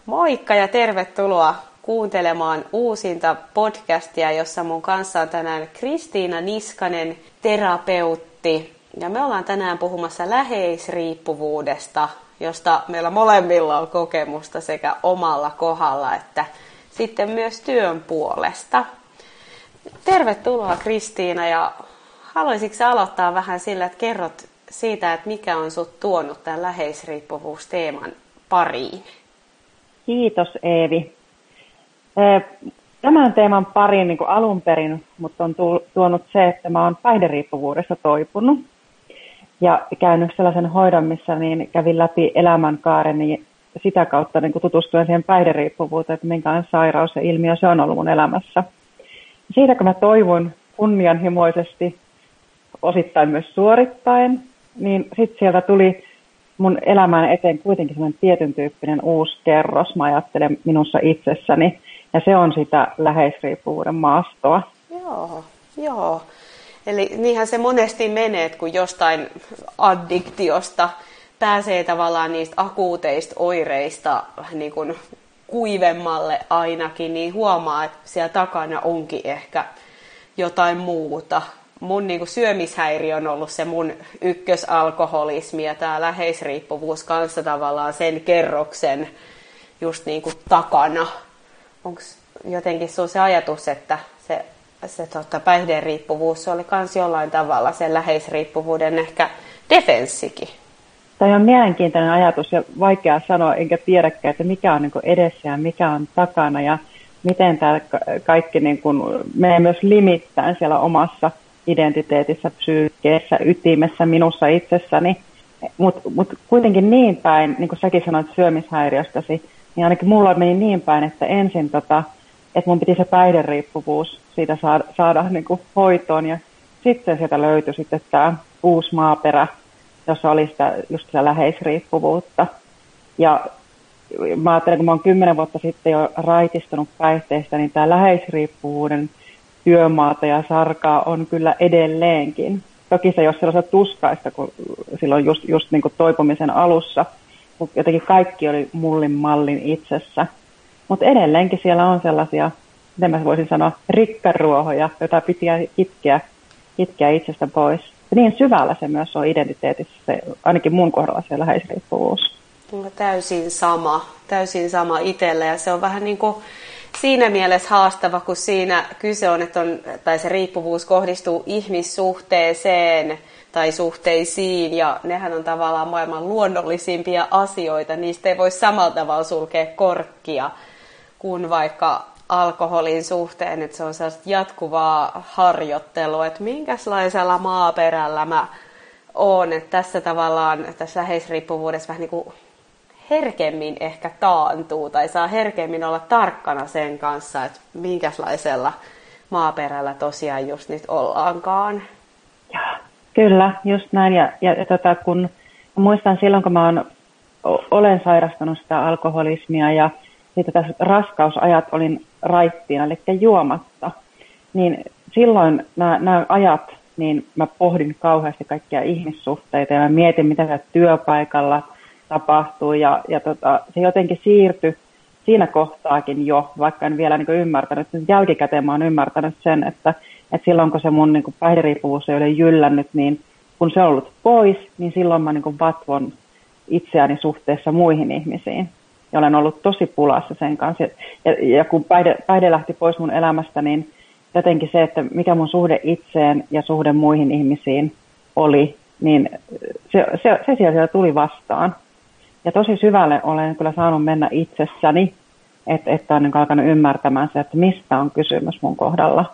Moikka ja tervetuloa kuuntelemaan uusinta podcastia, jossa mun kanssa on tänään Kristiina Niskanen, terapeutti. Ja me ollaan tänään puhumassa läheisriippuvuudesta, josta meillä molemmilla on kokemusta sekä omalla kohdalla että sitten myös työn puolesta. Tervetuloa Kristiina, ja haluaisitko aloittaa vähän sillä, että kerrot siitä, että mikä on sut tuonut tämän läheisriippuvuusteeman pariin? Kiitos Eevi. Tämän teeman pariin niin kuin alun perin, mutta on tuonut se, että mä oon päihderiippuvuudesta toipunut ja käynyt sellaisen hoidon, missä niin kävin läpi elämänkaareni sitä kautta niin kuin tutustuen siihen päihderiippuvuuteen, että minkälainen sairaus ja ilmiö se on ollut mun elämässä. Siitä kun mä toivon kunnianhimoisesti, osittain myös suorittaen, niin sitten sieltä tuli mun elämään eteen kuitenkin sellainen tietyn tyyppinen uusi kerros, mä ajattelen minussa itsessäni, ja se on sitä läheisriippuvuuden maastoa. Joo. Eli niinhän se monesti menee, että kun jostain addiktiosta pääsee tavallaan niistä akuuteista oireista niin kuin kuivemmalle ainakin, niin huomaa, että siellä takana onkin ehkä jotain muuta. Mun niin kuin syömishäiriö on ollut se mun ykkösalkoholismi, ja tämä läheisriippuvuus kanssa tavallaan sen kerroksen just niin kuin takana. Onko jotenkin sun se ajatus, että se päihderiippuvuus oli kans jollain tavalla sen läheisriippuvuuden ehkä defenssikin? Tämä on mielenkiintoinen ajatus ja vaikea sanoa, enkä tiedäkään, että mikä on niin kuin edessä ja mikä on takana ja miten tämä kaikki niin kuin menee myös limittäin siellä omassa identiteetissä, psyykkeessä, ytimessä, minussa itsessäni. Mutta kuitenkin niin päin, niin kuin säkin sanoit syömishäiriöstäsi, niin ainakin mulla meni niin päin, että ensin että mun piti se päihderiippuvuus siitä saada niin kuin hoitoon, ja sitten sieltä löytyi sitten tämä uusi maaperä, jossa oli just sitä läheisriippuvuutta. Ja mä ajattelen, kun mä oon 10 vuotta sitten jo raitistunut päihteistä, niin tämä läheisriippuvuuden työmaata ja sarkaa on kyllä edelleenkin. Toki se ei ole sellaista tuskaista kuin silloin just niin kuin toipumisen alussa, mutta jotenkin kaikki oli mullin mallin itsessä. Mutta edelleenkin siellä on sellaisia, miten mä voisin sanoa, rikkaruohoja, joita pitää kitkeä itsestä pois. Ja niin syvällä se myös on identiteetissä, se, ainakin mun kohdalla se läheisriippuvuus. Täysin sama itsellä, ja se on vähän niin kuin siinä mielessä haastava, kun siinä kyse on, tai se riippuvuus kohdistuu ihmissuhteeseen tai suhteisiin, ja nehän on tavallaan maailman luonnollisimpia asioita. Niistä ei voi samalla tavalla sulkea korkkia kuin vaikka alkoholin suhteen, että se on sellaista jatkuvaa harjoittelua, että minkälaisella maaperällä mä oon, että tässä tavallaan tässä läheisriippuvuudessa vähän niin kuin herkemmin ehkä taantuu tai saa herkemmin olla tarkkana sen kanssa, että minkälaisella maaperällä tosiaan just nyt ollaankaan. Kyllä, just näin. Ja kun muistan silloin, kun mä olen sairastanut sitä alkoholismia ja sitten tässä raskausajat olin raittiina, eli juomatta, niin silloin nämä ajat, niin mä pohdin kauheasti kaikkia ihmissuhteita ja mä mietin, mitä siellä työpaikalla tapahtuu, ja se jotenkin siirtyi siinä kohtaakin jo, vaikka en vielä niin kuin ymmärtänyt. Jälkikäteen mä oon ymmärtänyt sen, että silloin kun se mun niin kuin päihderiippuvuus ei ole jyllännyt, niin kun se on ollut pois, niin silloin mä niin kuin vatvon itseäni suhteessa muihin ihmisiin. Ja olen ollut tosi pulassa sen kanssa. Ja kun päihde lähti pois mun elämästä, niin jotenkin se, että mikä mun suhde itseen ja suhde muihin ihmisiin oli, niin se siellä tuli vastaan. Ja tosi syvälle olen kyllä saanut mennä itsessäni, että olen alkanut ymmärtämään se, että mistä on kysymys mun kohdalla.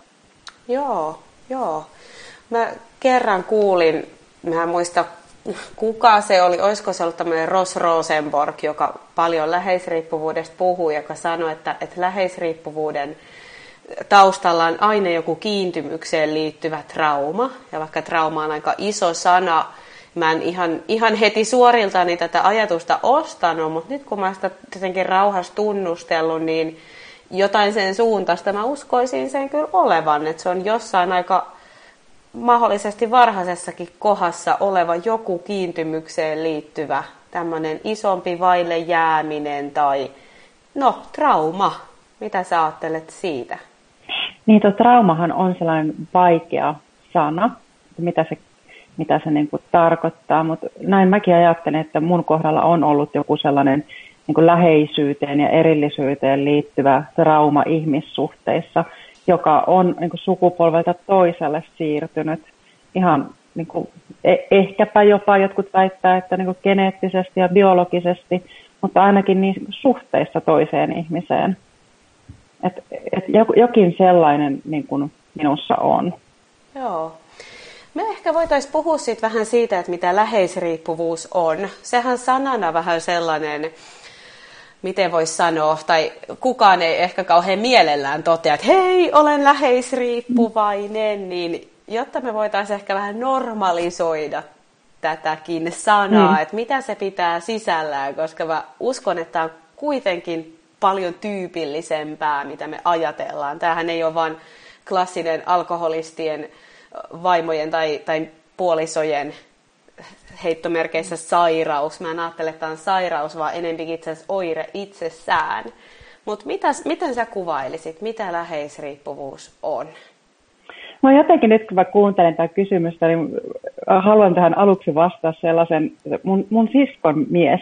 Joo. Mä kerran kuulin, mä en muista kuka se oli, olisiko se ollut tämmöinen Ross Rosenborg, joka paljon läheisriippuvuudesta puhuu, joka sanoi, että läheisriippuvuuden taustalla on aina joku kiintymykseen liittyvä trauma, ja vaikka trauma on aika iso sana, mä en ihan heti suoriltani tätä ajatusta ostanut, mutta nyt kun mä sitä jotenkin rauhassa tunnustellut, niin jotain sen suuntaista mä uskoisin sen kyllä olevan, että se on jossain aika mahdollisesti varhaisessakin kohdassa oleva joku kiintymykseen liittyvä tämmöinen isompi vaille jääminen tai No, trauma. Mitä sä ajattelet siitä? Niin, tuo traumahan on sellainen vaikea sana, mitä se niin kuin tarkoittaa, mutta näin mäkin ajattelen, että mun kohdalla on ollut joku sellainen niin kuin läheisyyteen ja erillisyyteen liittyvä trauma ihmissuhteissa, joka on niin kuin sukupolvelta toiselle siirtynyt ihan niin kuin, ehkäpä jopa jotkut väittää, että niin kuin geneettisesti ja biologisesti, mutta ainakin niin suhteissa toiseen ihmiseen. Et jokin sellainen niin kuin minussa on. Joo. Me ehkä voitaisiin puhua vähän siitä, että mitä läheisriippuvuus on. Sehän sanana vähän sellainen, miten voisi sanoa, tai kukaan ei ehkä kauhean mielellään totea, että hei, olen läheisriippuvainen, niin jotta me voitaisiin ehkä vähän normalisoida tätäkin sanaa, että mitä se pitää sisällään, koska mä uskon, että tämä on kuitenkin paljon tyypillisempää, mitä me ajatellaan. Tämähän ei ole vain klassinen alkoholistien vaimojen tai puolisojen heittomerkeissä sairaus. Mä en ajattele, että tämä on sairaus, vaan enempikin itse asiassa oire itsessään. Mutta miten sä kuvailisit, mitä läheisriippuvuus on? No jotenkin nyt kun mä kuuntelen tätä kysymystä, niin haluan tähän aluksi vastata sellaisen, mun siskon mies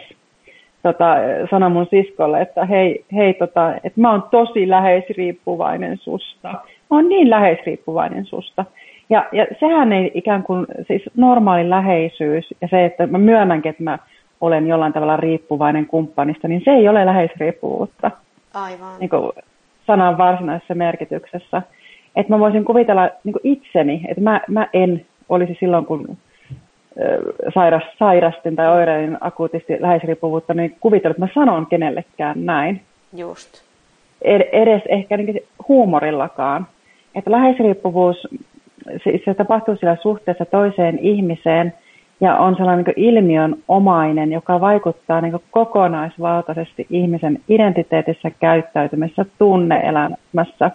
sanoi mun siskolle, että hei että mä oon tosi läheisriippuvainen susta. Mä oon niin läheisriippuvainen susta. Ja sehän ei ikään kuin siis normaali läheisyys ja se, että mä myönnänkin, että mä olen jollain tavalla riippuvainen kumppanista, niin se ei ole läheisriippuvuutta. Aivan. Niin kuin sanan varsinaisessa merkityksessä. Että mä voisin kuvitella niin kuin itseni, että mä en olisi silloin, kun sairastin tai oireilin akuutisti läheisriippuvuutta, niin kuvitella, että mä sanon kenellekään näin. Just. Edes ehkä niin huumorillakaan. Että läheisriippuvuus, se tapahtuu sillä suhteessa toiseen ihmiseen ja on sellainen niin ilmiönomainen, joka vaikuttaa niin kokonaisvaltaisesti ihmisen identiteetissä, käyttäytymisessä, tunne-elämässä.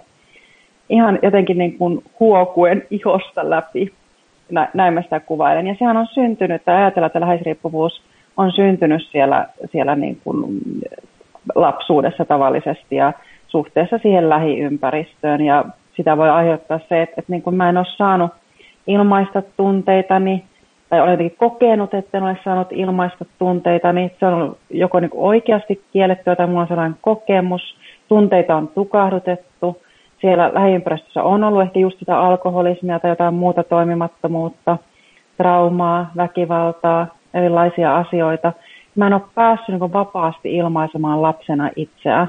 Ihan jotenkin niin kuin huokuen ihosta läpi. Näin mä sitä kuvailen. Ja sehän on syntynyt, tai ajatellaan, että läheisriippuvuus on syntynyt siellä niin kuin lapsuudessa tavallisesti ja suhteessa siihen lähiympäristöön. Ja sitä voi aiheuttaa se, että niin kuin mä en ole saanut ilmaista tunteitani, tai olen jotenkin kokenut, että en ole saanut ilmaista tunteitani. Se on ollut joko niin kuin oikeasti kiellettyä, tai mulla on sellainen kokemus. Tunteita on tukahdutettu. Siellä lähiympäristössä on ollut ehkä just sitä alkoholismia tai jotain muuta toimimattomuutta, traumaa, väkivaltaa, erilaisia asioita. Mä en ole päässyt niin vapaasti ilmaisemaan lapsena itseä.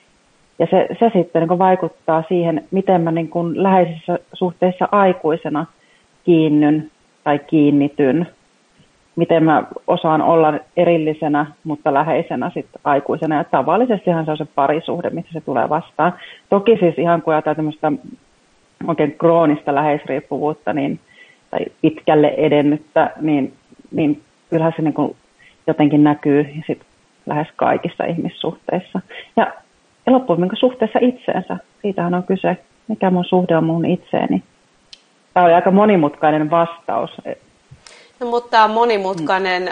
Ja se sitten niin vaikuttaa siihen, miten mä niin läheisissä suhteissa aikuisena kiinnyn tai kiinnityn. Miten mä osaan olla erillisenä, mutta läheisenä sitten aikuisena. Ja tavallisestihan se on se parisuhde, missä se tulee vastaan. Toki siis ihan kun ajatellaan tämmöistä oikein kroonista läheisriippuvuutta tai pitkälle edennyttä, niin kyllähän se niin kuin jotenkin näkyy sit lähes kaikissa ihmissuhteissa. Ja loppuun niin suhteessa itseensä. Siitähän on kyse, mikä mun suhde on mun itseeni. Tämä oli aika monimutkainen vastaus. No, mutta tämä on monimutkainen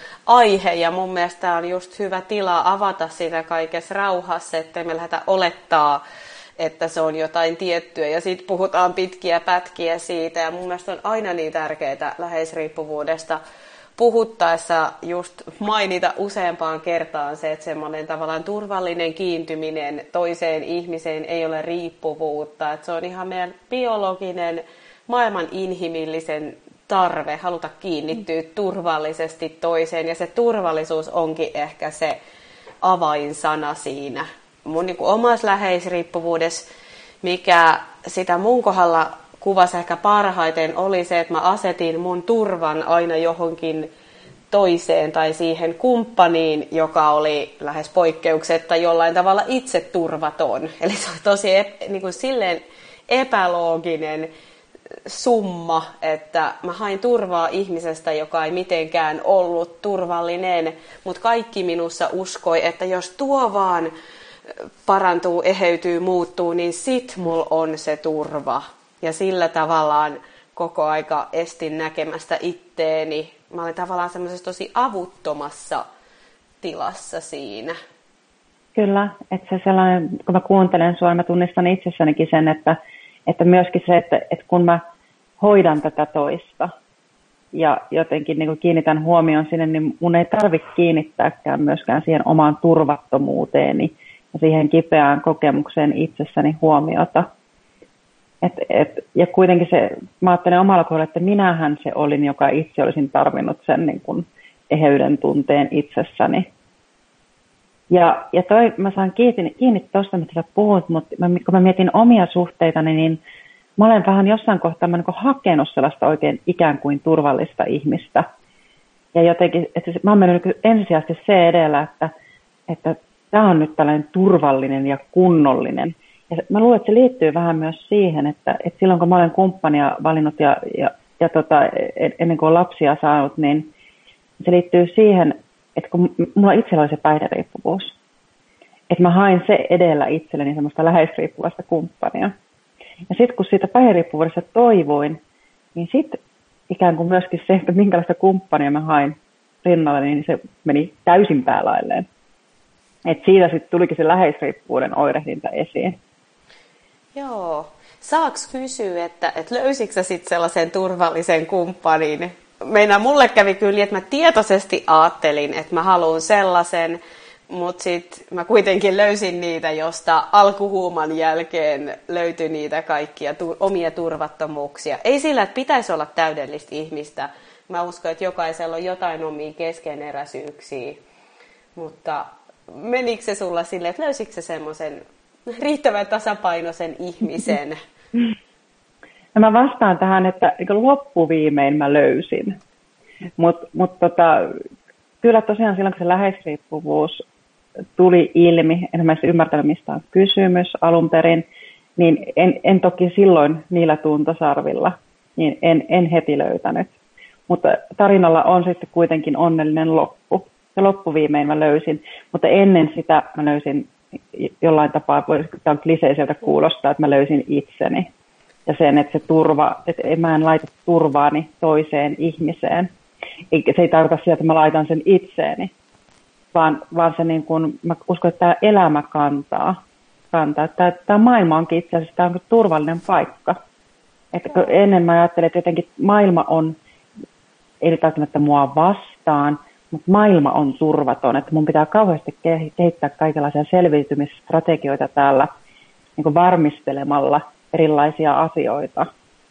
aihe ja mun mielestä on just hyvä tila avata sitä kaikessa rauhassa, ettei me lähdetä olettaa, että se on jotain tiettyä ja sitten puhutaan pitkiä pätkiä siitä ja mun mielestä on aina niin tärkeää läheisriippuvuudesta puhuttaessa just mainita useampaan kertaan se, että semmoinen tavallaan turvallinen kiintyminen toiseen ihmiseen ei ole riippuvuutta, että se on ihan meidän biologinen, maailman inhimillisen tarve haluta kiinnittyä turvallisesti toiseen ja se turvallisuus onkin ehkä se avainsana siinä. Mun niin kuin omassa läheisriippuvuudessa, mikä sitä mun kohdalla kuvasi ehkä parhaiten, oli se, että mä asetin mun turvan aina johonkin toiseen tai siihen kumppaniin, joka oli lähes poikkeuksetta jollain tavalla itse turvaton. Eli se oli tosi niin kuin silleen epälooginen summa, että mä hain turvaa ihmisestä, joka ei mitenkään ollut turvallinen, mutta kaikki minussa uskoi, että jos tuo vaan parantuu, eheytyy, muuttuu, niin sit mulla on se turva. Ja sillä tavallaan koko aika estin näkemästä itteeni. Mä olin tavallaan semmoisessa tosi avuttomassa tilassa siinä. Kyllä, että se sellainen, kun mä kuuntelen sua, mä tunnistan itsessänikin sen, että myöskin se, että kun mä hoidan tätä toista ja jotenkin niin kuin kiinnitän huomioon sinne, niin mun ei tarvitse kiinnittääkään myöskään siihen omaan turvattomuuteeni ja siihen kipeään kokemukseen itsessäni huomiota. Ja kuitenkin se, mä ajattelen omalla kohdalla, että minähän se olin, joka itse olisin tarvinnut sen niin kuin eheyden tunteen itsessäni. Ja mä saan kiinni tuosta, mitä sä puhut, mutta kun mä mietin omia suhteitani, niin mä olen vähän jossain kohtaa niin hakenut sellaista oikein ikään kuin turvallista ihmistä. Ja jotenkin, että mä oon mennyt ensisijaisesti se edellä, että tämä on nyt tällainen turvallinen ja kunnollinen. Ja mä luulen, että se liittyy vähän myös siihen, että silloin kun mä olen kumppania valinnut ja ennen kuin on lapsia saanut, niin se liittyy siihen, että kun mulla itsellä oli se päihderiippuvuus, että mä hain se edellä itselleni semmoista läheisriippuvasta kumppania. Ja sitten kun siitä päihderiippuvuudesta toivoin, niin sitten ikään kuin myöskin se, että minkälaista kumppania mä hain rinnalle, niin se meni täysin päälailleen. Että siitä sitten tulikin se läheisriippuvuuden oirehdinta esiin. Joo. Saaks kysyä, että löysitkö sä sitten sellaisen turvallisen kumppanin? Mulle kävi kyllä, että mä tietoisesti ajattelin, että mä haluan sellaisen, mutta sitten mä kuitenkin löysin niitä, josta alkuhuuman jälkeen löytyi niitä kaikkia omia turvattomuuksia. Ei sillä, että pitäisi olla täydellistä ihmistä. Mä uskon, että jokaisella on jotain omia keskeneräisyyksiä. Mutta menikö se sulla silleen, että löysitkö sä semmoisen riittävän tasapainoisen ihmisen? No mä vastaan tähän, että loppuviimein mä löysin. Mutta kyllä tosiaan silloin, kun se läheisriippuvuus tuli ilmi, en mä edes ymmärtänyt, mistä on kysymys alun perin, niin en toki silloin niillä tuntosarvilla, niin en heti löytänyt. Mutta tarinalla on sitten kuitenkin onnellinen loppu. Ja loppuviimein mä löysin, mutta ennen sitä mä löysin jollain tapaa, tämä on kliseiseltä kuulostaa, että mä löysin itseni. Ja sen, että se turva, että mä en laita turvaani toiseen ihmiseen. Eikä se ei tarkoita sitä, että mä laitan sen itseeni, vaan se niin kuin, mä uskon, että tämä elämä kantaa. Tämä maailma onkin itse asiassa tämä on turvallinen paikka. Että ennen mä ajattelin, että jotenkin maailma on, ei välttämättä mua vastaan, mutta maailma on turvaton. Että mun pitää kauheasti kehittää kaikenlaisia selviytymisstrategioita täällä niin kuin varmistelemalla erilaisia asioita.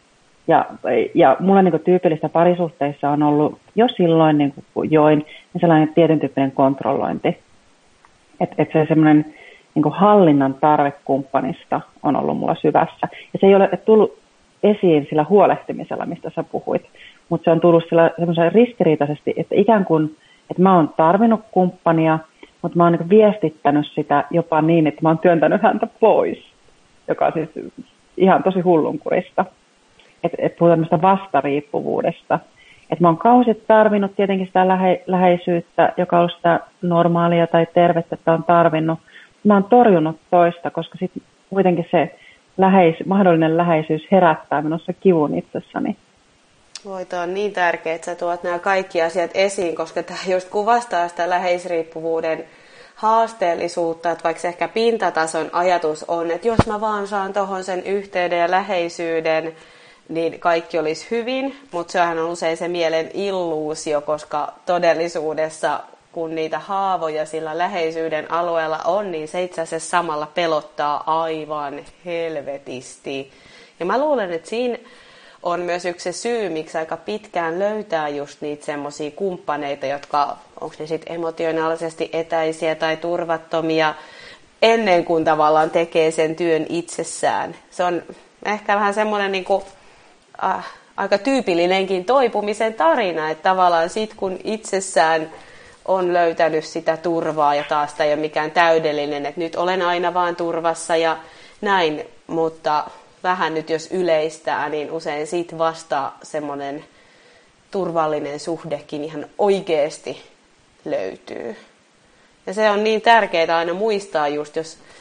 Ja mulla niin kuin tyypillistä parisuhteissa on ollut jo silloin, niin kun join, niin sellainen tietyn tyyppinen kontrollointi. Että se semmoinen niin kuin hallinnan tarve kumppanista on ollut mulla syvässä. Ja se ei ole tullut esiin sillä huolehtimisella, mistä sä puhuit, mutta se on tullut semmoisen ristiriitaisesti, että ikään kuin, että mä oon tarvinnut kumppania, mutta mä oon niin kuin viestittänyt sitä jopa niin, että mä oon työntänyt häntä pois, joka on siis ihan tosi hullunkurista. Että puhutaan tämmöistä vastariippuvuudesta. Että mä oon kausit tarvinnut tietenkin sitä läheisyyttä, joka on ollut sitä normaalia tai tervettä, että on tarvinnut. Mä oon torjunut toista, koska sitten kuitenkin se mahdollinen läheisyys herättää minussa kivun itsessäni. Voi, tämä on niin tärkeää, että sä tuot nämä kaikki asiat esiin, koska tämä just kuvastaa sitä läheisriippuvuuden haasteellisuutta, että vaikka ehkä pintatason ajatus on, että jos mä vaan saan tohon sen yhteyden ja läheisyyden, niin kaikki olisi hyvin, mutta sehän on usein se mielen illuusio, koska todellisuudessa, kun niitä haavoja sillä läheisyyden alueella on, niin se itse asiassa samalla pelottaa aivan helvetisti. Ja mä luulen, että siinä on myös yksi se syy, miksi aika pitkään löytää just niitä semmoisia kumppaneita, jotka, onko ne sitten emotionaalisesti etäisiä tai turvattomia, ennen kuin tavallaan tekee sen työn itsessään. Se on ehkä vähän semmoinen niin kuin aika tyypillinenkin toipumisen tarina, että tavallaan sit kun itsessään on löytänyt sitä turvaa ja taas tämä ei ole mikään täydellinen, että nyt olen aina vaan turvassa ja näin, mutta vähän nyt jos yleistää, niin usein sit vasta semmoinen turvallinen suhdekin ihan oikeasti löytyy. Ja se on niin tärkeää aina muistaa just,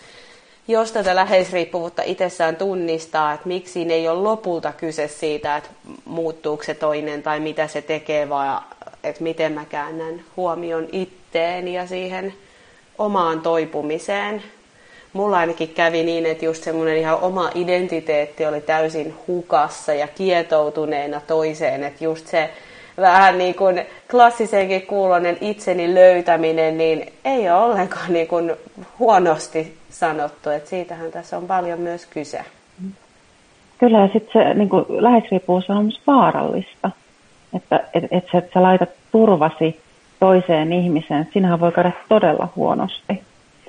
jos tätä läheisriippuvuutta itsessään tunnistaa, että miksi siinä ei ole lopulta kyse siitä, että muuttuuko se toinen tai mitä se tekee, vaan että miten mä käännän huomion itteen ja siihen omaan toipumiseen. Mulla ainakin kävi niin, että just semmoinen ihan oma identiteetti oli täysin hukassa ja kietoutuneena toiseen, että just se vähän niin kuin klassisenkin kuulonen itseni löytäminen, niin ei ole ollenkaan niin kuin huonosti sanottu, että siitähän tässä on paljon myös kyse. Kyllä, ja sitten se niin kuin läheisriippuvuus on myös vaarallista, että sä laitat turvasi toiseen ihmiseen, sinähän voi käydä todella huonosti.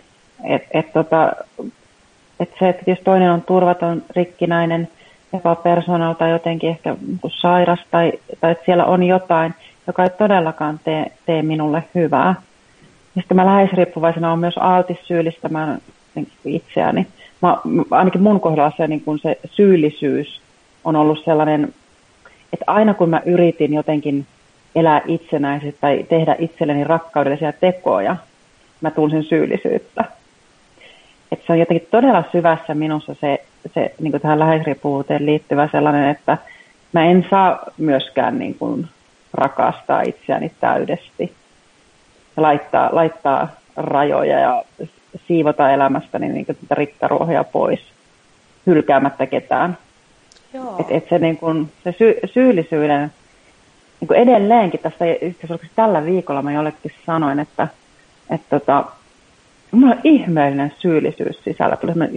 Se, että jos toinen on turvaton, rikkinäinen, epäpersonal tai jotenkin ehkä sairas tai että siellä on jotain, joka ei todellakaan tee minulle hyvää. Ja sitten mä läheisriippuvaisena olen myös altis syyllistämään itseäni. Ainakin mun kohdalla se syyllisyys on ollut sellainen, että aina kun mä yritin jotenkin elää itsenäisesti tai tehdä itselleni rakkaudellisia tekoja, mä tunsin syyllisyyttä. Että se on jotenkin todella syvässä minussa se niin kuin tähän läheisriippuvuuteen liittyvä sellainen, että mä en saa myöskään niin kuin rakastaa itseäni täydesti. Ja laittaa rajoja ja siivota elämästäni niin kuin rikkaruohoja pois, hylkäämättä ketään. Se syyllisyyden, niin kuin edelleenkin tässä tällä viikolla mä jollekin sanoin, että mulla on ihmeellinen syyllisyys sisällä.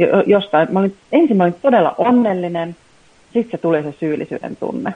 Ensin mä olin todella onnellinen, sitten se tuli se syyllisyyden tunne.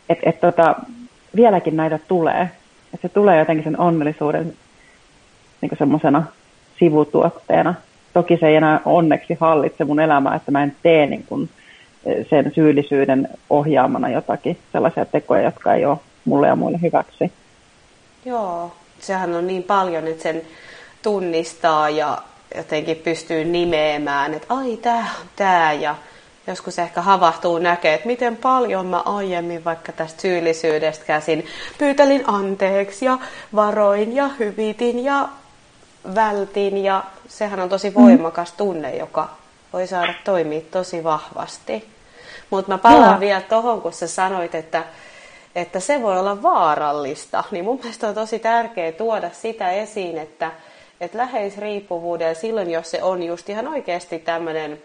Vieläkin näitä tulee. Että se tulee jotenkin sen onnellisuuden niin semmoisena sivutuotteena. Toki se ei enää onneksi hallitse mun elämää, että mä en tee niin kuin sen syyllisyyden ohjaamana jotakin sellaisia tekoja, jotka ei ole mulle ja muille hyväksi. Joo, sehän on niin paljon, että sen tunnistaa ja jotenkin pystyy nimeämään, että ai tää on tää, ja joskus ehkä havahtuu näkee, että miten paljon mä aiemmin vaikka tästä syyllisyydestä käsin pyytelin anteeksi ja varoin ja hyvitin ja vältin, ja sehän on tosi voimakas tunne, joka voi saada toimia tosi vahvasti. Mutta mä palaan vielä tohon, kun sä sanoit, että se voi olla vaarallista, niin mun mielestä on tosi tärkeää tuoda sitä esiin, että läheisriippuvuuden silloin, jos se on just ihan oikeasti tämmöinen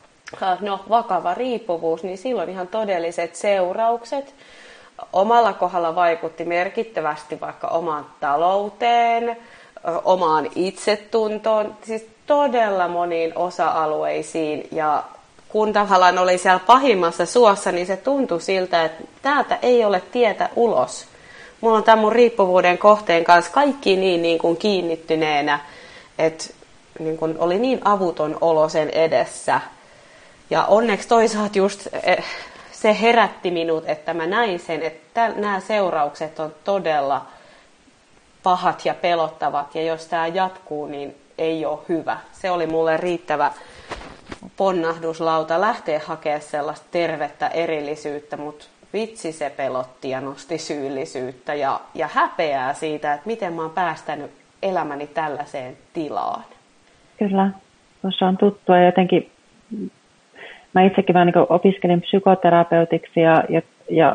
vakava riippuvuus, niin silloin ihan todelliset seuraukset. Omalla kohdalla vaikutti merkittävästi vaikka omaan talouteen, omaan itsetuntoon, siis todella moniin osa-alueisiin. Ja kun tavallaan oli siellä pahimmassa suossa, niin se tuntui siltä, että täältä ei ole tietä ulos. Mulla on tämän mun riippuvuuden kohteen kanssa kaikki niin kuin kiinnittyneenä, että niin kuin oli niin avuton olo sen edessä. Ja onneksi toisaalta just se herätti minut, että mä näin sen, että nämä seuraukset on todella pahat ja pelottavat. Ja jos tämä jatkuu, niin ei ole hyvä. Se oli mulle riittävä ponnahduslauta lähteä hakemaan sellaista tervettä erillisyyttä, mutta vitsi se pelotti ja nosti syyllisyyttä ja häpeää siitä, että miten mä oon päästänyt elämäni tällaiseen tilaan. Kyllä, tuossa on tuttua ja jotenkin mä itsekin vaan niin opiskelin psykoterapeutiksi ja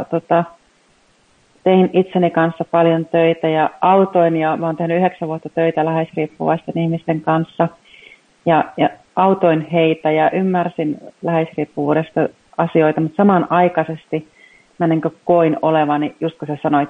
tein itseni kanssa paljon töitä ja autoin ja mä oon tehnyt 9 vuotta töitä läheisriippuvaisten ihmisten kanssa ja autoin heitä ja ymmärsin läheisriippuvuudesta asioita, mutta samanaikaisesti mä niin koin olevani, just kun sä sanoit,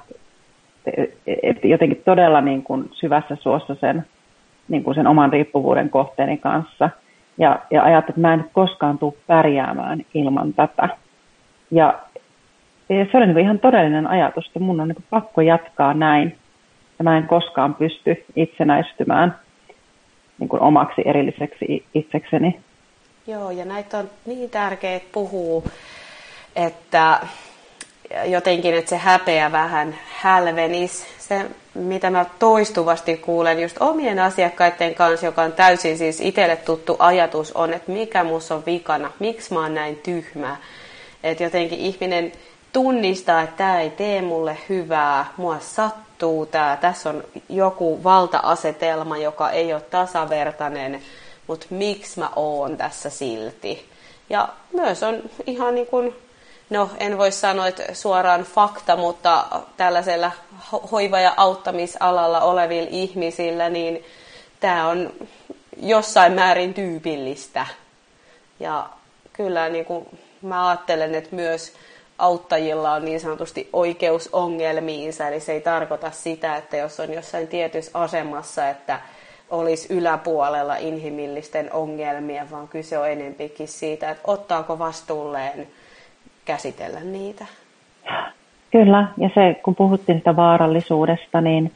että jotenkin todella niin kuin syvässä suossa niin kuin sen oman riippuvuuden kohteeni kanssa. Ja ajattelin, että mä en koskaan tule pärjäämään ilman tätä. Ja se oli niin kuin ihan todellinen ajatus, että mun on niin kuin pakko jatkaa näin. Ja mä en koskaan pysty itsenäistymään niin kuin omaksi erilliseksi itsekseni. Joo, ja näitä on niin tärkeää puhua, että jotenkin, että se häpeä vähän hälvenisi. Se, mitä mä toistuvasti kuulen just omien asiakkaiden kanssa, joka on täysin siis itselle tuttu ajatus, on, että mikä musta on vikana, miksi mä oon näin tyhmä. Että jotenkin ihminen tunnistaa, että tämä ei tee mulle hyvää, mua sattuu tämä, tässä on joku valta-asetelma, joka ei ole tasavertainen, mutta miksi mä oon tässä silti. Ja myös on ihan niin kuin, no en voi sanoa, että suoraan fakta, mutta tällaisella hoiva- ja auttamisalalla olevilla ihmisillä, niin tämä on jossain määrin tyypillistä. Ja kyllä niin kuin mä ajattelen, että myös auttajilla on niin sanotusti oikeus ongelmiinsa, eli se ei tarkoita sitä, että jos on jossain tietyssä asemassa, että olisi yläpuolella inhimillisten ongelmia, vaan kyse on enempikin siitä, että ottaako vastuulleen käsitellä niitä. Kyllä, ja se, kun puhuttiin sitä vaarallisuudesta, niin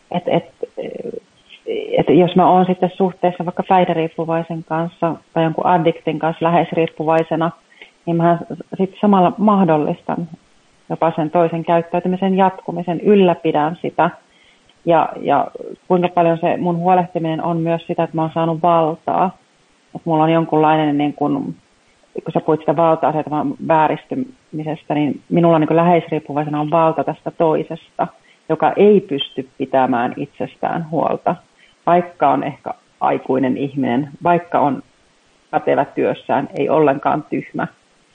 että jos mä oon sitten suhteessa vaikka päihderiippuvaisen kanssa tai jonkun addiktin kanssa läheisriippuvaisena, niin mä sitten samalla mahdollistan jopa sen toisen käyttäytymisen jatkumisen, ylläpidän sitä. Ja kuinka paljon se mun huolehtiminen on myös sitä, että mä oon saanut valtaa. Että mulla on jonkunlainen, niin kun sä puhuit sitä valta-asetelman vääristymisestä, niin minulla niin läheisriippuvaisena on valta tästä toisesta, joka ei pysty pitämään itsestään huolta. Vaikka on ehkä aikuinen ihminen, vaikka on pätevä työssään, ei ollenkaan tyhmä.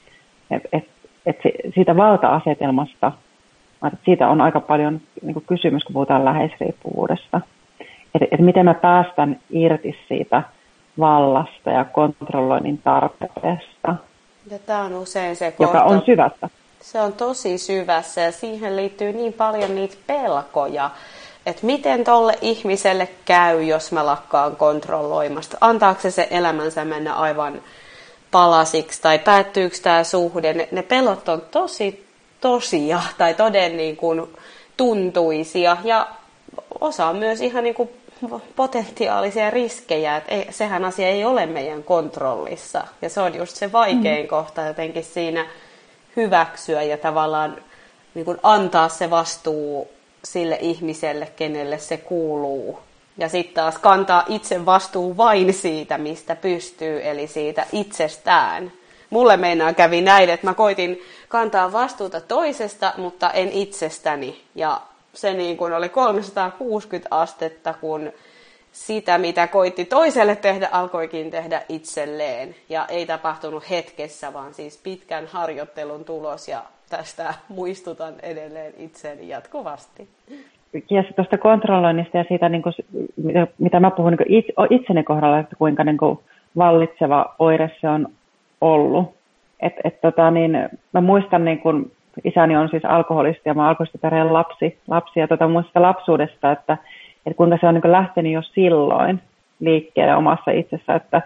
Siitä valta-asetelmasta, siitä on aika paljon niin kysymys, kun puhutaan läheisriippuvuudesta. Että miten mä päästän irti siitä vallasta ja kontrolloinnin tarpeesta. Ja tämä on usein se kohta, joka on syvässä. Se on tosi syvässä ja siihen liittyy niin paljon niitä pelkoja, että miten tolle ihmiselle käy, jos mä lakkaan kontrolloimasta. Antaako se elämänsä mennä aivan palasiksi tai päättyykö tämä suhde. Ne pelot on tosia tai toden niin kuin tuntuisia ja osa on myös ihan niin kuin potentiaalisia riskejä, että sehän asia ei ole meidän kontrollissa. Ja se on just se vaikein kohta jotenkin siinä hyväksyä ja tavallaan niin kuin antaa se vastuu sille ihmiselle, kenelle se kuuluu. Ja sitten taas kantaa itse vastuu vain siitä, mistä pystyy, eli siitä itsestään. Mulle meinaan kävi näin, että mä koitin kantaa vastuuta toisesta, mutta en itsestäni. Ja se niin kuin oli 360 astetta, kun sitä, mitä koitti toiselle tehdä, alkoikin tehdä itselleen. Ja ei tapahtunut hetkessä, vaan siis pitkän harjoittelun tulos. Ja tästä muistutan edelleen itseäni jatkuvasti. Ja tuosta kontrolloinnista ja siitä, niin kuin, mitä mä puhun niin itseni kohdalla, että kuinka niin kuin vallitseva oire se on ollut. Mä muistan, niin kun isäni on siis alkoholisti ja mä oon alkoholistiperheen lapsi ja muistan lapsuudesta, että kuinka se on niin kuin lähtenyt jo silloin liikkeelle omassa itsessä, että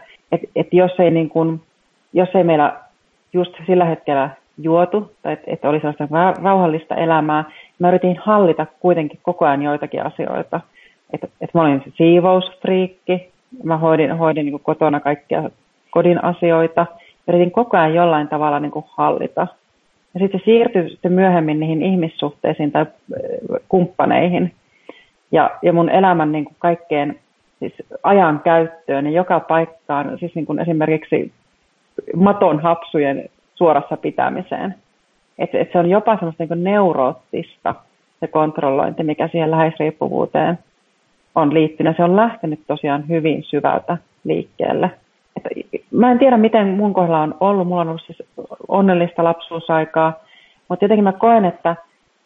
jos ei meillä just sillä hetkellä juotu tai että oli sellaista rauhallista elämää, mä yritin hallita kuitenkin koko ajan joitakin asioita. Että mä olin siivousfriikki, mä hoidin niin kuin kotona kaikkia kodin asioita, yritin koko ajan jollain tavalla niin kuin hallita. Ja sitten se siirtyi sitten myöhemmin niihin ihmissuhteisiin tai kumppaneihin ja mun elämän niin kuin kaikkeen siis ajan käyttöön ja joka paikkaan, siis niin kuin esimerkiksi maton hapsujen suorassa pitämiseen. Että se on jopa semmoista niin kuin neuroottista se kontrollointi, mikä siihen läheisriippuvuuteen on liittynyt. Se on lähtenyt tosiaan hyvin syvältä liikkeelle. Että mä en tiedä, miten mun kohdalla on ollut. Mulla on ollut siis onnellista lapsuusaikaa, mutta jotenkin mä koen, että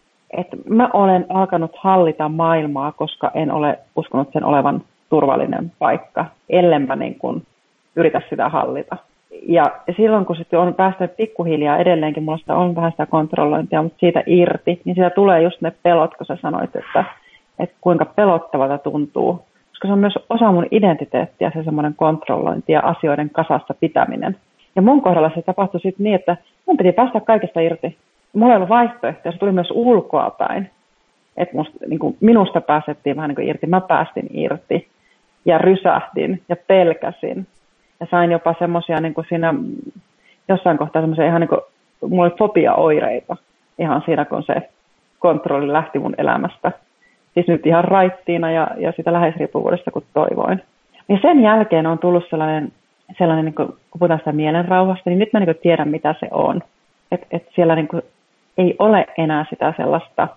mä olen alkanut hallita maailmaa, koska en ole uskonut sen olevan turvallinen paikka, ellen mä niin kuin yritä sitä hallita. Ja silloin, kun sitten on päässyt pikkuhiljaa edelleenkin, mulla sitä on vähän sitä kontrollointia, mutta siitä irti, niin siitä tulee just ne pelot, kun sä sanoit, että kuinka pelottavalta tuntuu. Koska se on myös osa mun identiteettiä, se semmoinen kontrollointi ja asioiden kasassa pitäminen. Ja mun kohdalla se tapahtui sitten niin, että mun piti päästä kaikesta irti. Mulla ei ollut vaihtoehtoja, se tuli myös ulkoapäin. Että minusta pääsettiin vähän niin kuin irti, mä päästin irti ja rysähdin ja pelkäsin. Ja sain jopa semmoisia niin kuin siinä jossain kohtaa semmoisia ihan niin kuin, mulla oli fobia-oireita ihan siinä, kun se kontrolli lähti mun elämästä. Siis nyt ihan raittiina ja sitä läheisriippuvuudesta, kun toivoin. Ja sen jälkeen on tullut sellainen niin kuin, kun puhutaan sitä mielenrauhasta, niin nyt mä niin kuin tiedän, mitä se on. Että siellä niin kuin, ei ole enää sitä sellaista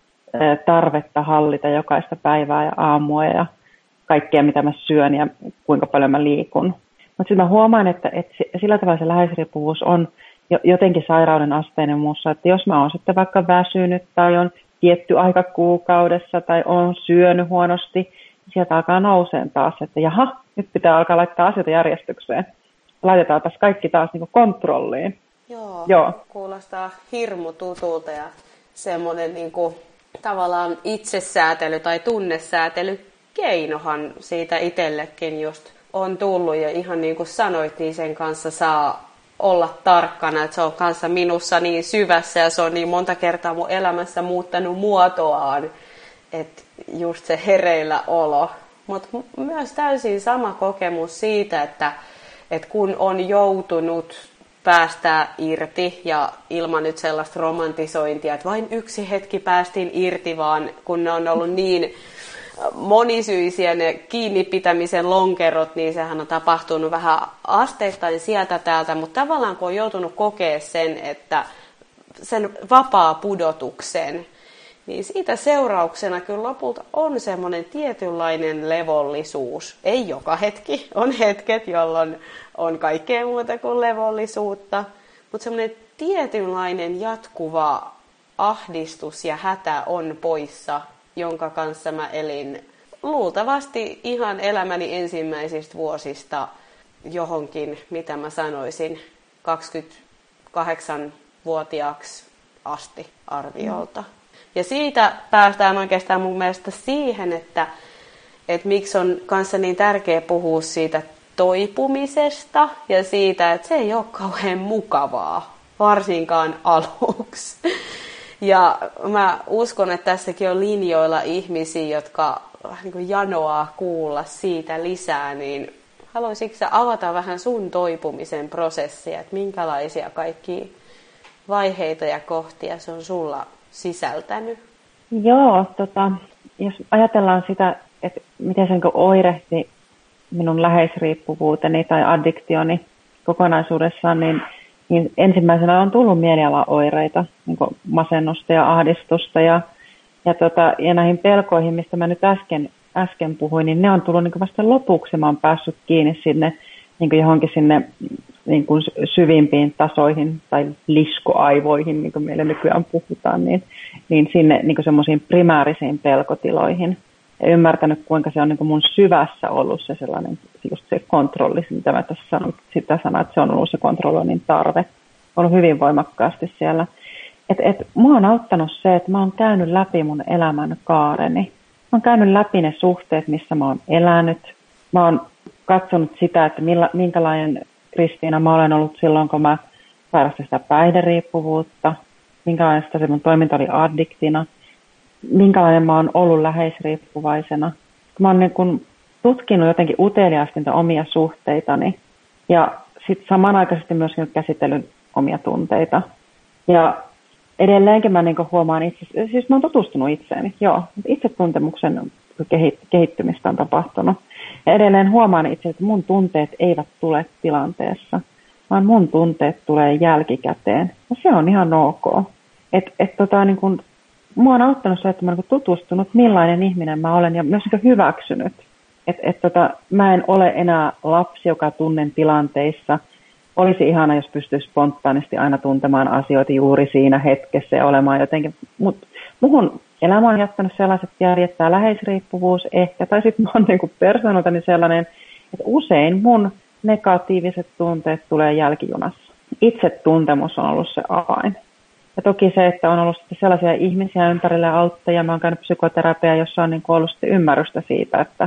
tarvetta hallita jokaista päivää ja aamua ja kaikkea, mitä mä syön ja kuinka paljon mä liikun. Mutta sitten mä huomaan, että sillä tavalla se läheisriippuvuus on jotenkin sairauden asteinen muussa, että jos mä oon sitten vaikka väsynyt tai on tietty aika kuukaudessa tai on syönyt huonosti, sieltä alkaa nouseen taas, että jaha, nyt pitää alkaa laittaa asioita järjestykseen. Laitetaanpas kaikki taas niin kuin kontrolliin. Joo, kuulostaa hirmu tutulta ja semmoinen niin kuin, tavallaan itsesäätely tai tunnesäätelykeinohan siitä itsellekin just on tullut. Ja ihan niin kuin sanoit, niin sen kanssa saa olla tarkkana, että se on kanssa minussa niin syvässä ja se on niin monta kertaa mun elämässä muuttanut muotoaan, että just se hereillä olo. Mutta myös täysin sama kokemus siitä, että kun on joutunut päästää irti ja ilman nyt sellaista romantisointia, että vain yksi hetki päästiin irti, vaan kun ne on ollut niin monisyisiä ne kiinni pitämisen lonkerot, niin sehän on tapahtunut vähän asteittain sieltä täältä, mutta tavallaan kun on joutunut kokea sen, että sen vapaa pudotuksen, niin siitä seurauksena kyllä lopulta on semmoinen tietynlainen levollisuus. Ei joka hetki, on hetket, jolloin on kaikkea muuta kuin levollisuutta, mutta semmoinen tietynlainen jatkuva ahdistus ja hätä on poissa, jonka kanssa mä elin luultavasti ihan elämäni ensimmäisistä vuosista johonkin, mitä mä sanoisin, 28-vuotiaaksi asti arviolta. Ja siitä päästään oikeastaan mun mielestä siihen, että miksi on kanssa niin tärkeä puhua siitä toipumisesta ja siitä, että se ei ole kauhean mukavaa, varsinkaan aluksi. Ja mä uskon, että tässäkin on linjoilla ihmisiä, jotka niin janoaa kuulla siitä lisää, niin haluaisitko sä avata vähän sun toipumisen prosessia, että minkälaisia kaikkia vaiheita ja kohtia se on sulla sisältänyt? Joo, jos ajatellaan sitä, että miten se oirehti minun läheisriippuvuuteni tai addiktioni kokonaisuudessaan, niin ensimmäisenä on tullut mielialaoireita, niin masennusta ja ahdistusta ja näihin pelkoihin, mistä mä nyt äsken puhuin, niin ne on tullut niin vasta lopuksi. Mä oon päässyt kiinni sinne niin johonkin sinne niin kuin syvimpiin tasoihin tai liskoaivoihin, niin kuin meillä nykyään puhutaan, niin sinne niin semmoisiin primäärisiin pelkotiloihin. Ja ymmärtänyt, kuinka se on niin kuin mun syvässä ollut se sellainen, just se kontrolli, mitä mä tässä sanon, sitä sanaa, että se on ollut se kontrolloinnin tarve. Ollut hyvin voimakkaasti siellä. Mua on auttanut se, että mä oon käynyt läpi mun elämän kaareni. Mä oon käynyt läpi ne suhteet, missä mä oon elänyt. Mä oon katsonut sitä, että minkälainen Kristiina mä olen ollut silloin, kun mä sairastin sitä päihderiippuvuutta. Minkälainen se mun toiminta oli addiktina. Minkälainen mä oon ollut läheisriippuvaisena. Mä oon niin kun tutkinut jotenkin uteliaasti niitä omia suhteitani. Ja sitten samanaikaisesti myöskin käsitellyt omia tunteita. Ja edelleenkin mä niin huomaan siis mä oon tutustunut itseeni, joo. Itsetuntemuksen kehittymistä on tapahtunut. Ja edelleen huomaan itse, että mun tunteet eivät tule tilanteessa, vaan mun tunteet tulee jälkikäteen. Ja se on ihan ok. Niin kun, mua on auttanut se, että mä oon tutustunut, millainen ihminen mä olen ja myös hyväksynyt. Mä en ole enää lapsi, joka tunnen tilanteissa. Olisi ihana, jos pystyisi spontaanisti aina tuntemaan asioita juuri siinä hetkessä ja olemaan jotenkin. Mutta muhun elämä on jättänyt sellaiset jäljet, tämä läheisriippuvuus ehkä, tai sitten mä oon niin persoonaltani sellainen, että usein mun negatiiviset tunteet tulee jälkijunassa. Itsetuntemus on ollut se avain. Ja toki se, että on ollut sitten sellaisia ihmisiä ympärillä auttajia, mä oon käynyt psykoterapiaa, jossa on niin ollut sitten ymmärrystä siitä, että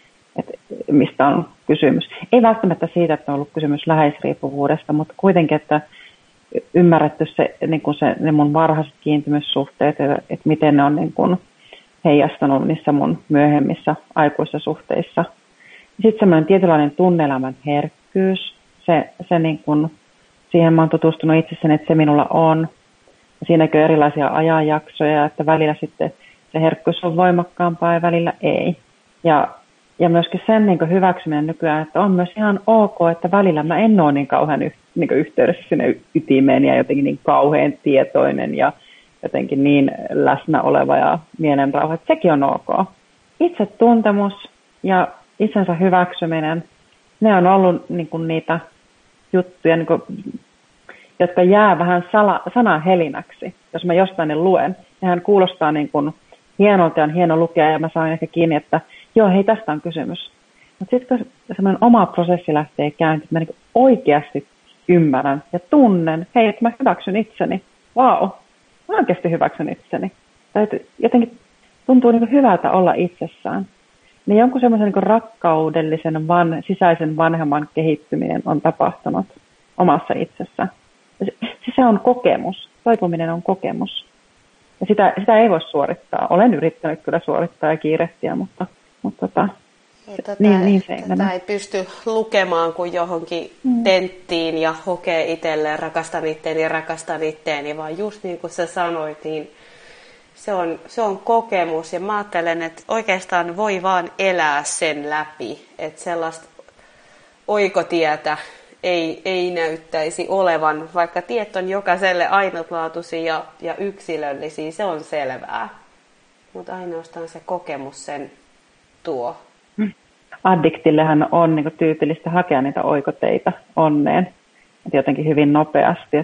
mistä on kysymys. Ei välttämättä siitä, että on ollut kysymys läheisriippuvuudesta, mutta kuitenkin, että ymmärretty ne mun varhaiset kiintymyssuhteet, että miten ne on niin kuin heijastunut niissä mun myöhemmissä aikuisissa suhteissa. Sitten semmoinen tietynlainen tunne-elämän herkkyys, se niin kuin, siihen mä oon tutustunut itsessäni, että se minulla on. Siinäkin on erilaisia ajanjaksoja, että välillä sitten se herkkyys on voimakkaampaa ja välillä ei. Ja myöskin sen niin hyväksyminen nykyään, että on myös ihan ok, että välillä mä en ole niin kauhean niin yhteydessä sinne ytimeen ja jotenkin niin kauhean tietoinen ja jotenkin niin läsnä oleva ja mielenrauha, että sekin on ok. Itsetuntemus ja itsensä hyväksyminen, ne on ollut niin kuin niitä juttuja, niin kuin, jotka jää vähän sanahelinäksi, jos mä jostain ne luen. Nehän kuulostaa niin kuin hienolta ja on hieno lukea ja mä saan ehkä kiinni, että joo, hei, tästä on kysymys. Mutta sitten kun semmoinen oma prosessi lähtee käyntiin, että mä niin oikeasti ymmärrän ja tunnen, hei, että mä hyväksyn itseni. Vau, mä oikeasti hyväksyn itseni. Tai että jotenkin tuntuu niin hyvältä olla itsessään. Niin jonkun semmoisen niin rakkaudellisen sisäisen vanhemman kehittyminen on tapahtunut omassa itsessä. Se on kokemus. Toipuminen on kokemus. Ja sitä ei voi suorittaa. Olen yrittänyt kyllä suorittaa ja kiirehtiä, mutta niin se ei mene. Tätä ei pysty lukemaan kuin johonkin tenttiin ja hokee itselleen, rakastan itteeni, vaan just niin kuin sä sanoit, niin se on kokemus. Ja mä ajattelen, että oikeastaan voi vaan elää sen läpi, että sellaista oikotietä ei näyttäisi olevan, vaikka tiet on jokaiselle ainutlaatuisia ja yksilöllisiä, se on selvää. Mutta ainoastaan se kokemus sen tuo. Addiktillehän on niin kuin tyypillistä hakea niitä oikoteita onneen, että jotenkin hyvin nopeasti.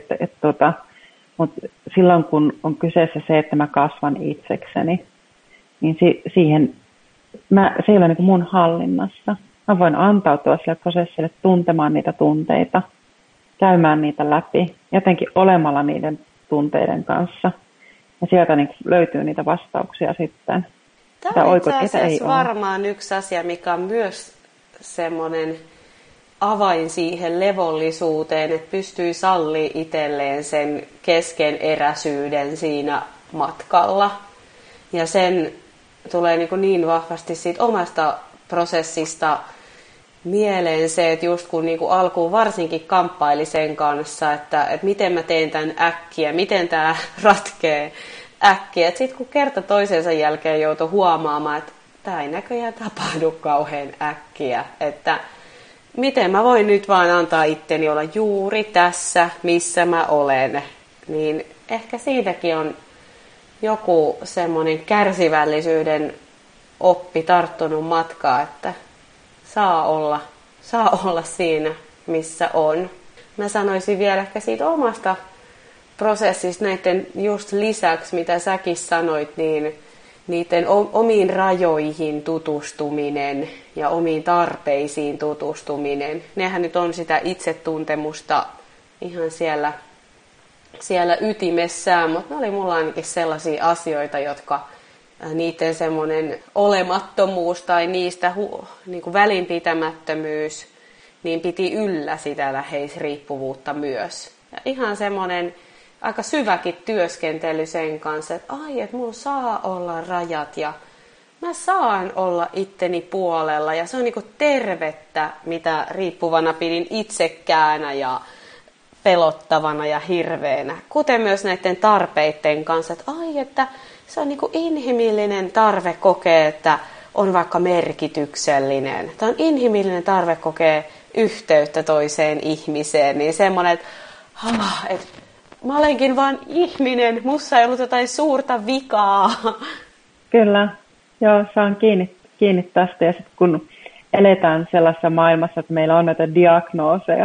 Mutta silloin kun on kyseessä se, että mä kasvan itsekseni, niin se ei ole niin kuin mun hallinnassa. Mä voin antautua sille prosessille tuntemaan niitä tunteita, käymään niitä läpi, jotenkin olemalla niiden tunteiden kanssa. Ja sieltä niin löytyy niitä vastauksia sitten. Tämä on itse asiassa varmaan yksi asia, mikä on myös semmoinen avain siihen levollisuuteen, että pystyy sallimaan itselleen sen keskeneräisyyden siinä matkalla. Ja sen tulee niin vahvasti siitä omasta prosessista mieleen se, että just kun alkuun varsinkin kamppaili sen kanssa, että miten mä teen tämän äkkiä, miten tämä ratkee äkkiä. Sitten kun kerta toisensa jälkeen joutui huomaamaan, että tämä ei näköjään tapahdu kauhean äkkiä, että miten mä voin nyt vaan antaa itteni olla juuri tässä, missä mä olen, niin ehkä siitäkin on joku semmoinen kärsivällisyyden oppi tarttunut matkaa, että saa olla siinä, missä on. Mä sanoisin vielä ehkä siitä omasta prosessista näiden just lisäksi, mitä säkin sanoit, niin niiden omiin rajoihin tutustuminen ja omiin tarpeisiin tutustuminen. Nehän nyt on sitä itsetuntemusta ihan siellä ytimessään, mutta ne oli mulla ainakin sellaisia asioita, jotka niiden semmoinen olemattomuus tai niistä niin kuin välinpitämättömyys, niin piti yllä sitä läheisriippuvuutta myös. Ja ihan semmoinen aika syväkin työskentely sen kanssa, että että mulla saa olla rajat ja mä saan olla itteni puolella. Ja se on niin kuin tervettä, mitä riippuvana pidin itsekkäänä ja pelottavana ja hirveänä. Kuten myös näiden tarpeiden kanssa, että se on niin kuin inhimillinen tarve kokea, että on vaikka merkityksellinen. Tai on inhimillinen tarve kokea yhteyttä toiseen ihmiseen. Niin semmoinen, että mä olenkin vaan ihminen, musta ei ollut jotain suurta vikaa. Kyllä, joo, saan kiinni tästä. Ja sitten kun eletään sellaisessa maailmassa, että meillä on näitä diagnooseja,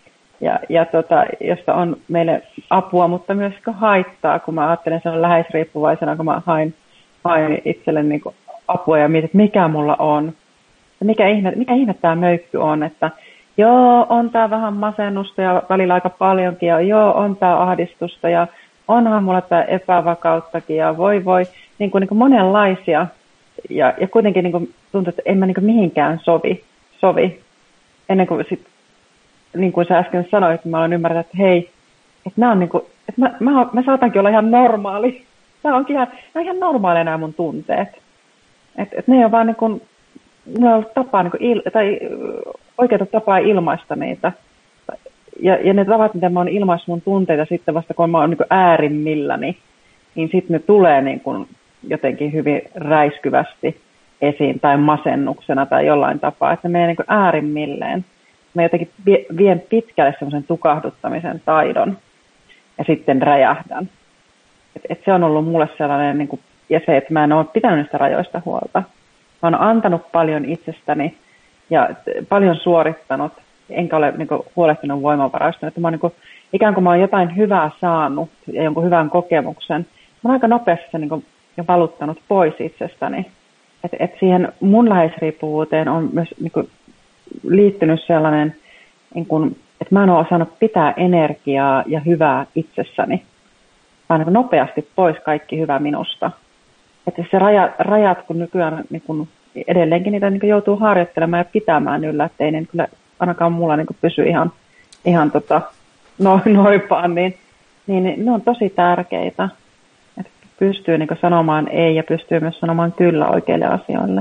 josta on meille apua, mutta myös haittaa, kun mä ajattelen sen läheisriippuvaisena, kun mä hain itselleni niin apua ja mietin, että mikä mulla on. Ja mikä ihme tämä möykky on, että joo, on tää vähän masennusta ja välillä aika paljonkin ja joo, on tää ahdistusta ja onhan mulla tää epävakauttakin ja voi, niin kuin monenlaisia. Ja kuitenkin niin kuin tuntuu, että en mä niin kuin mihinkään sovi. Ennen kuin sit, niin kuin sä äsken sanoit, mä olen ymmärtänyt, että hei, että nämä on niin kuin, että mä saatankin olla ihan normaali. Nämä onkin ihan normaaleja nämä mun tunteet. Että ne on vaan niin kuin, mulla on ollut tapaa, niin kuin oikeata tapaa ilmaista niitä. Ja ne tavat, miten mä oon ilmaissut mun tunteita sitten vasta, kun mä oon niin kuin äärimmilläni, niin sitten ne tulee niin kuin jotenkin hyvin räiskyvästi esiin tai masennuksena tai jollain tapaa, että ne menee niin kuin äärimmilleen. Mä jotenkin vien pitkälle semmoisen tukahduttamisen taidon ja sitten räjähdän. Et se on ollut mulle sellainen, niin kuin, ja se, että mä en ole pitänyt niistä rajoista huolta. Mä oon antanut paljon itsestäni ja paljon suorittanut, enkä ole niin kuin, huolehtinut voimavaroista. Että mä oon, niin kuin, ikään kuin mä oon jotain hyvää saanut ja jonkun hyvän kokemuksen. Mä oon aika nopeasti sen niin kuin, jo valuttanut pois itsestäni. Et siihen mun läheisriippuvuuteen on myös niin kuin, liittynyt sellainen, niin kuin, että mä en ole osannut pitää energiaa ja hyvää itsessäni, vaan niin nopeasti pois kaikki hyvä minusta. Että se rajat, kun nykyään niin kun edelleenkin niitä niin kun joutuu harjoittelemaan ja pitämään yllä, ettei ne kyllä ainakaan mulla niin pysy ihan noipaan, niin ne on tosi tärkeitä. Että pystyy niin sanomaan ei ja pystyy myös sanomaan kyllä oikeille asioille.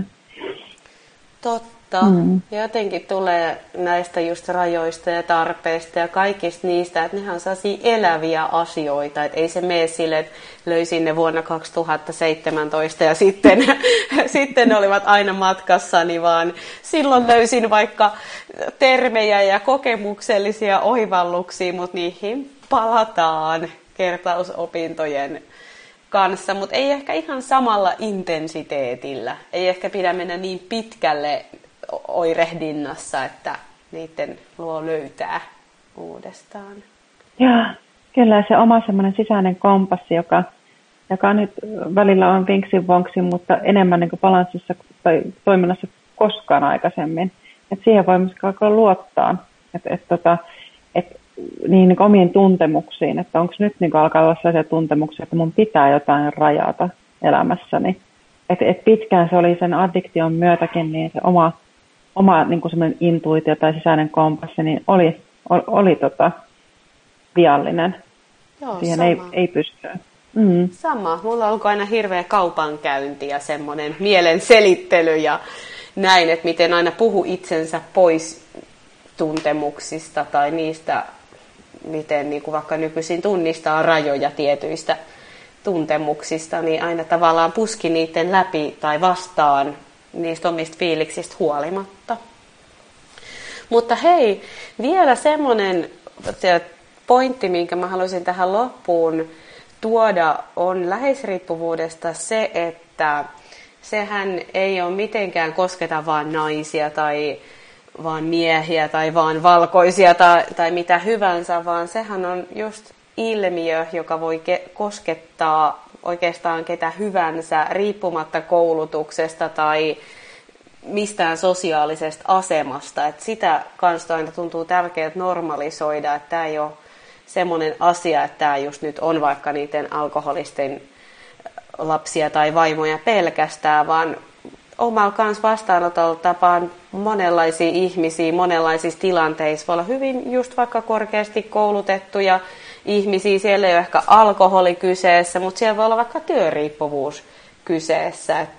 Totta. Ja jotenkin tulee näistä just rajoista ja tarpeista ja kaikista niistä, että nehän on sellaisia eläviä asioita. Että ei se mene sille, että löysin ne vuonna 2017 ja sitten ne olivat aina matkassani, vaan silloin löysin vaikka termejä ja kokemuksellisia oivalluksia, mutta niihin palataan kertausopintojen kanssa, mutta ei ehkä ihan samalla intensiteetillä. Ei ehkä pidä mennä niin pitkälle oirehdinnassa, että niiden luo löytää uudestaan. Joo, kyllä se oma semmoinen sisäinen kompassi, joka nyt välillä on vinksin vonksin, mutta enemmän niin kuin balanssissa tai toiminnassa koskaan aikaisemmin. Et siihen voi myös alkaa luottaa, että niin omiin tuntemuksiin, että onko nyt niin alkaa olla sellaisia tuntemuksia, että mun pitää jotain rajata elämässäni. Et pitkään se oli sen addiktion myötäkin, niin se oma niin kuin semmoinen intuitio tai sisäinen kompassi niin oli viallinen. Joo, siihen ei pysty. Sama. Mulla on aina hirveä kaupankäynti ja semmoinen mielen selittely ja näin, että miten aina puhu itsensä pois tuntemuksista tai niistä, miten niin kuin vaikka nykyisin tunnistaa rajoja tietyistä tuntemuksista, niin aina tavallaan puski niiden läpi tai vastaan niistä omista fiiliksistä huolimatta. Mutta hei, vielä semmoinen pointti, minkä mä haluaisin tähän loppuun tuoda, on läheisriippuvuudesta se, että sehän ei ole mitenkään kosketa vaan naisia tai vaan miehiä tai vaan valkoisia tai mitä hyvänsä, vaan sehän on just ilmiö, joka voi koskettaa oikeastaan ketä hyvänsä riippumatta koulutuksesta tai mistään sosiaalisesta asemasta. Et sitä kanssa aina tuntuu tärkeää normalisoida, että tämä ei ole semmoinen asia, että tämä just nyt on vaikka niiden alkoholisten lapsia tai vaimoja pelkästään, vaan omalla kanssa vastaanotolla tapaan monenlaisia ihmisiä monenlaisissa tilanteissa. Voi olla hyvin just vaikka korkeasti koulutettuja ihmisiä. Siellä ei ole ehkä alkoholi kyseessä, mutta siellä voi olla vaikka työriippuvuus kyseessä.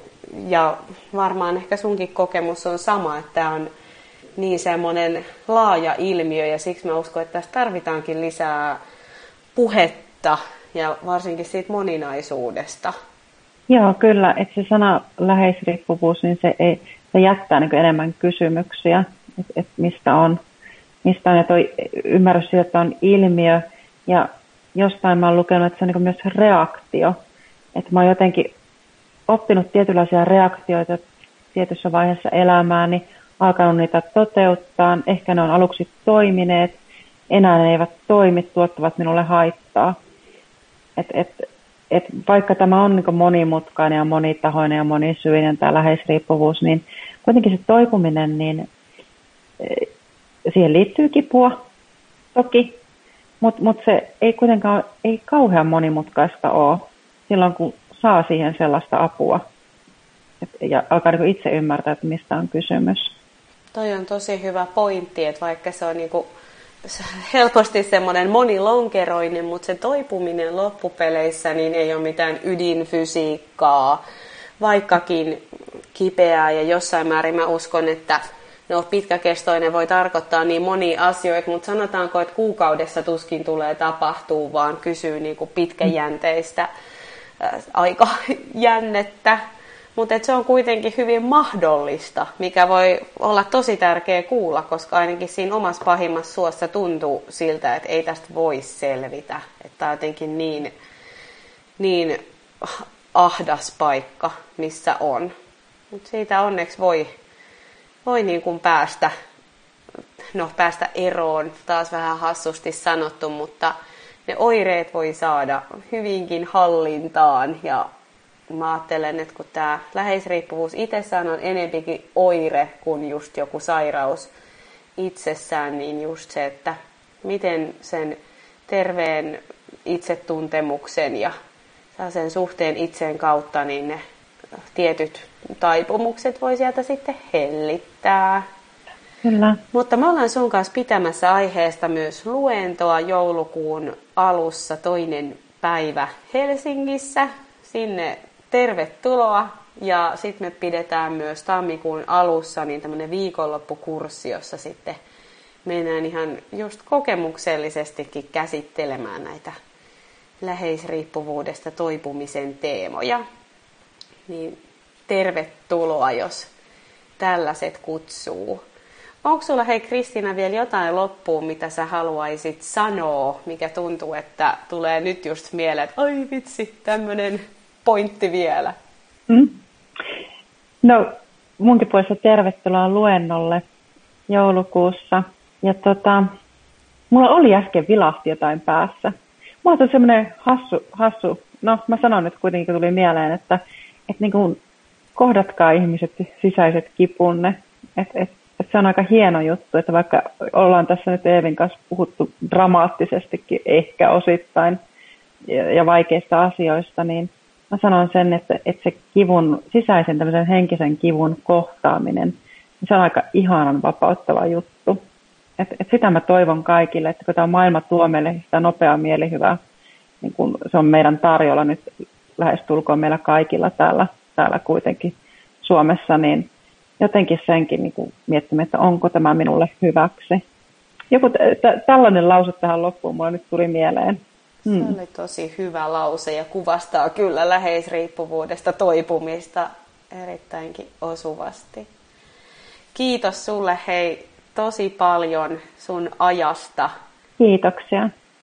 Ja varmaan ehkä sunkin kokemus on sama, että tämä on niin semmoinen laaja ilmiö ja siksi mä uskon, että tässä tarvitaankin lisää puhetta ja varsinkin siitä moninaisuudesta. Joo, kyllä. Että se sana läheisriippuvuus, niin se jättää niin kuin enemmän kysymyksiä, että mistä on ja toi ymmärrys siitä, että on ilmiö. Ja jostain mä oon lukenut, että se on niin kuin myös reaktio. Että mä oon jotenkin oppinut tietynlaisia reaktioita tietyssä vaiheessa elämääni, alkanut niitä toteuttaa. Ehkä ne on aluksi toimineet, enää ne eivät toimi, tuottavat minulle haittaa. Et vaikka tämä on niin monimutkainen ja monitahoinen ja monisyinen tämä läheisriippuvuus, niin kuitenkin se toipuminen, niin siihen liittyy kipua toki, mutta se ei kuitenkaan ei kauhean monimutkaista ole silloin, kun saa siihen sellaista apua ja alkaa niin itse ymmärtää, että mistä on kysymys. Toi on tosi hyvä pointti, että vaikka se on niinku helposti semmoinen monilonkeroinen, mutta se toipuminen loppupeleissä niin ei ole mitään ydinfysiikkaa, vaikkakin kipeää ja jossain määrin mä uskon, että pitkäkestoinen voi tarkoittaa niin monia asioita, mutta sanotaanko, että kuukaudessa tuskin tulee tapahtuu, vaan kysyy niin kuin pitkäjänteistä aikajännettä. Mutta se on kuitenkin hyvin mahdollista, mikä voi olla tosi tärkeä kuulla, koska ainakin siinä omassa pahimmassa suossa tuntuu siltä, että ei tästä voi selvitä. Että on jotenkin niin ahdas paikka, missä on. Mutta siitä onneksi voi niin kuin päästä eroon, taas vähän hassusti sanottu, mutta ne oireet voi saada hyvinkin hallintaan ja mä ajattelen, että kun tämä läheisriippuvuus itsessään on enempikin oire kuin just joku sairaus itsessään, niin just se, että miten sen terveen itsetuntemuksen ja sen suhteen itseen kautta, niin ne tietyt taipumukset voi sieltä sitten hellittää. Kyllä. Mutta me ollaan sun kanssa pitämässä aiheesta myös luentoa joulukuun alussa 2. päivä Helsingissä. Sinne tervetuloa. Ja sitten me pidetään myös tammikuun alussa niin tämmöinen viikonloppukurssi, jossa sitten mennään ihan just kokemuksellisestikin käsittelemään näitä läheisriippuvuudesta toipumisen teemoja. Niin tervetuloa, jos tällaiset kutsuu. Onko sulla, hei Kristiina, vielä jotain loppuun, mitä sä haluaisit sanoa, mikä tuntuu, että tulee nyt just mieleen, että ai vitsi, tämmöinen pointti vielä? No, munkin puolesta tervetuloa luennolle joulukuussa. Ja mulla oli äsken vilahti jotain päässä. Mulla on semmoinen hassu, no mä sanon nyt kuitenkin, kun tuli mieleen, että niin kuin kohdatkaa ihmiset sisäiset kipunne. Että se on aika hieno juttu, että vaikka ollaan tässä nyt Eevin kanssa puhuttu dramaattisestikin ehkä osittain ja vaikeista asioista, niin mä sanon sen, että se kivun, sisäisen tämmöisen henkisen kivun kohtaaminen, niin se on aika ihanan vapauttava juttu. Et sitä mä toivon kaikille, että kun tämä maailma tuo meille sitä nopeaa mielihyvää, niin kun se on meidän tarjolla nyt lähestulkoon meillä kaikilla täällä kuitenkin Suomessa, niin jotenkin senkin niin kuin miettimään, että onko tämä minulle hyväksi. Joku tällainen lause tähän loppuun mulle nyt tuli mieleen. Se oli tosi hyvä lause ja kuvastaa kyllä läheisriippuvuudesta toipumista erittäinkin osuvasti. Kiitos sulle hei tosi paljon sun ajasta. Kiitoksia.